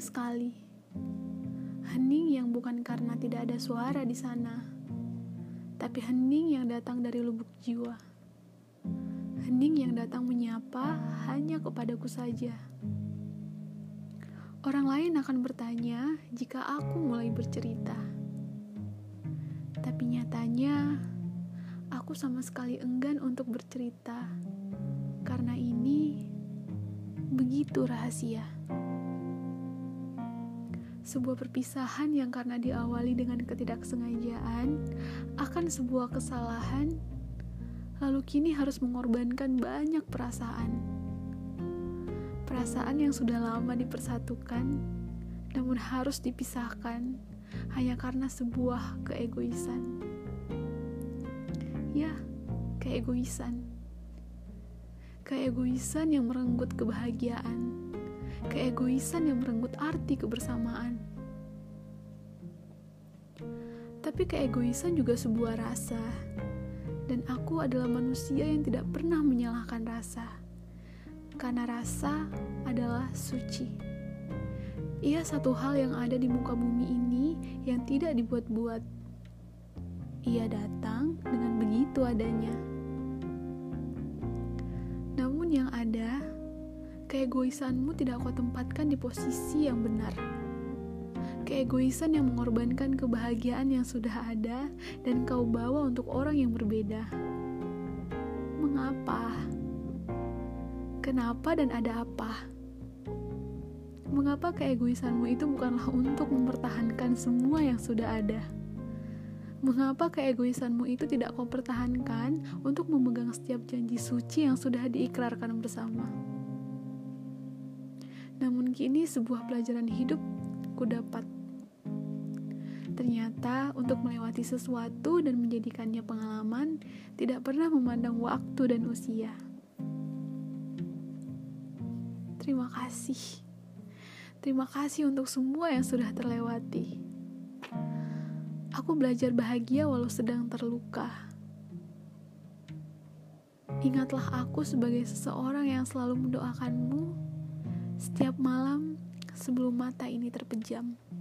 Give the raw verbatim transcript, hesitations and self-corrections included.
sekali. Hening yang bukan karena tidak ada suara di sana, tapi hening yang datang dari lubuk jiwa. Hening yang datang menyapa hanya kepadaku saja. Orang lain akan bertanya jika aku mulai bercerita. Tapi nyatanya, aku sama sekali enggan untuk bercerita, karena ini begitu rahasia. Sebuah perpisahan yang karena diawali dengan ketidaksengajaan akan sebuah kesalahan, lalu kini harus mengorbankan banyak perasaan. Perasaan yang sudah lama dipersatukan, namun harus dipisahkan hanya karena sebuah keegoisan. Ya, keegoisan. Keegoisan yang merenggut kebahagiaan. Keegoisan yang merenggut arti kebersamaan. Tapi keegoisan juga sebuah rasa, dan aku adalah manusia yang tidak pernah menyalahkan rasa, karena rasa adalah suci. Ia satu hal yang ada di muka bumi ini yang tidak dibuat-buat. Ia datang dengan begitu adanya. Namun yang ada, keegoisanmu tidak kau tempatkan di posisi yang benar. Keegoisan yang mengorbankan kebahagiaan yang sudah ada dan kau bawa untuk orang yang berbeda. Mengapa? Kenapa dan ada apa? Mengapa keegoisanmu itu bukanlah untuk mempertahankan semua yang sudah ada? Mengapa keegoisanmu itu tidak kau pertahankan untuk memegang setiap janji suci yang sudah diikrarkan bersama? Namun kini sebuah pelajaran hidup ku dapat. Ternyata untuk melewati sesuatu dan menjadikannya pengalaman tidak pernah memandang waktu dan usia. Terima kasih. Terima kasih untuk semua yang sudah terlewati. Aku belajar bahagia walau sedang terluka. Ingatlah aku sebagai seseorang yang selalu mendoakanmu setiap malam sebelum mata ini terpejam.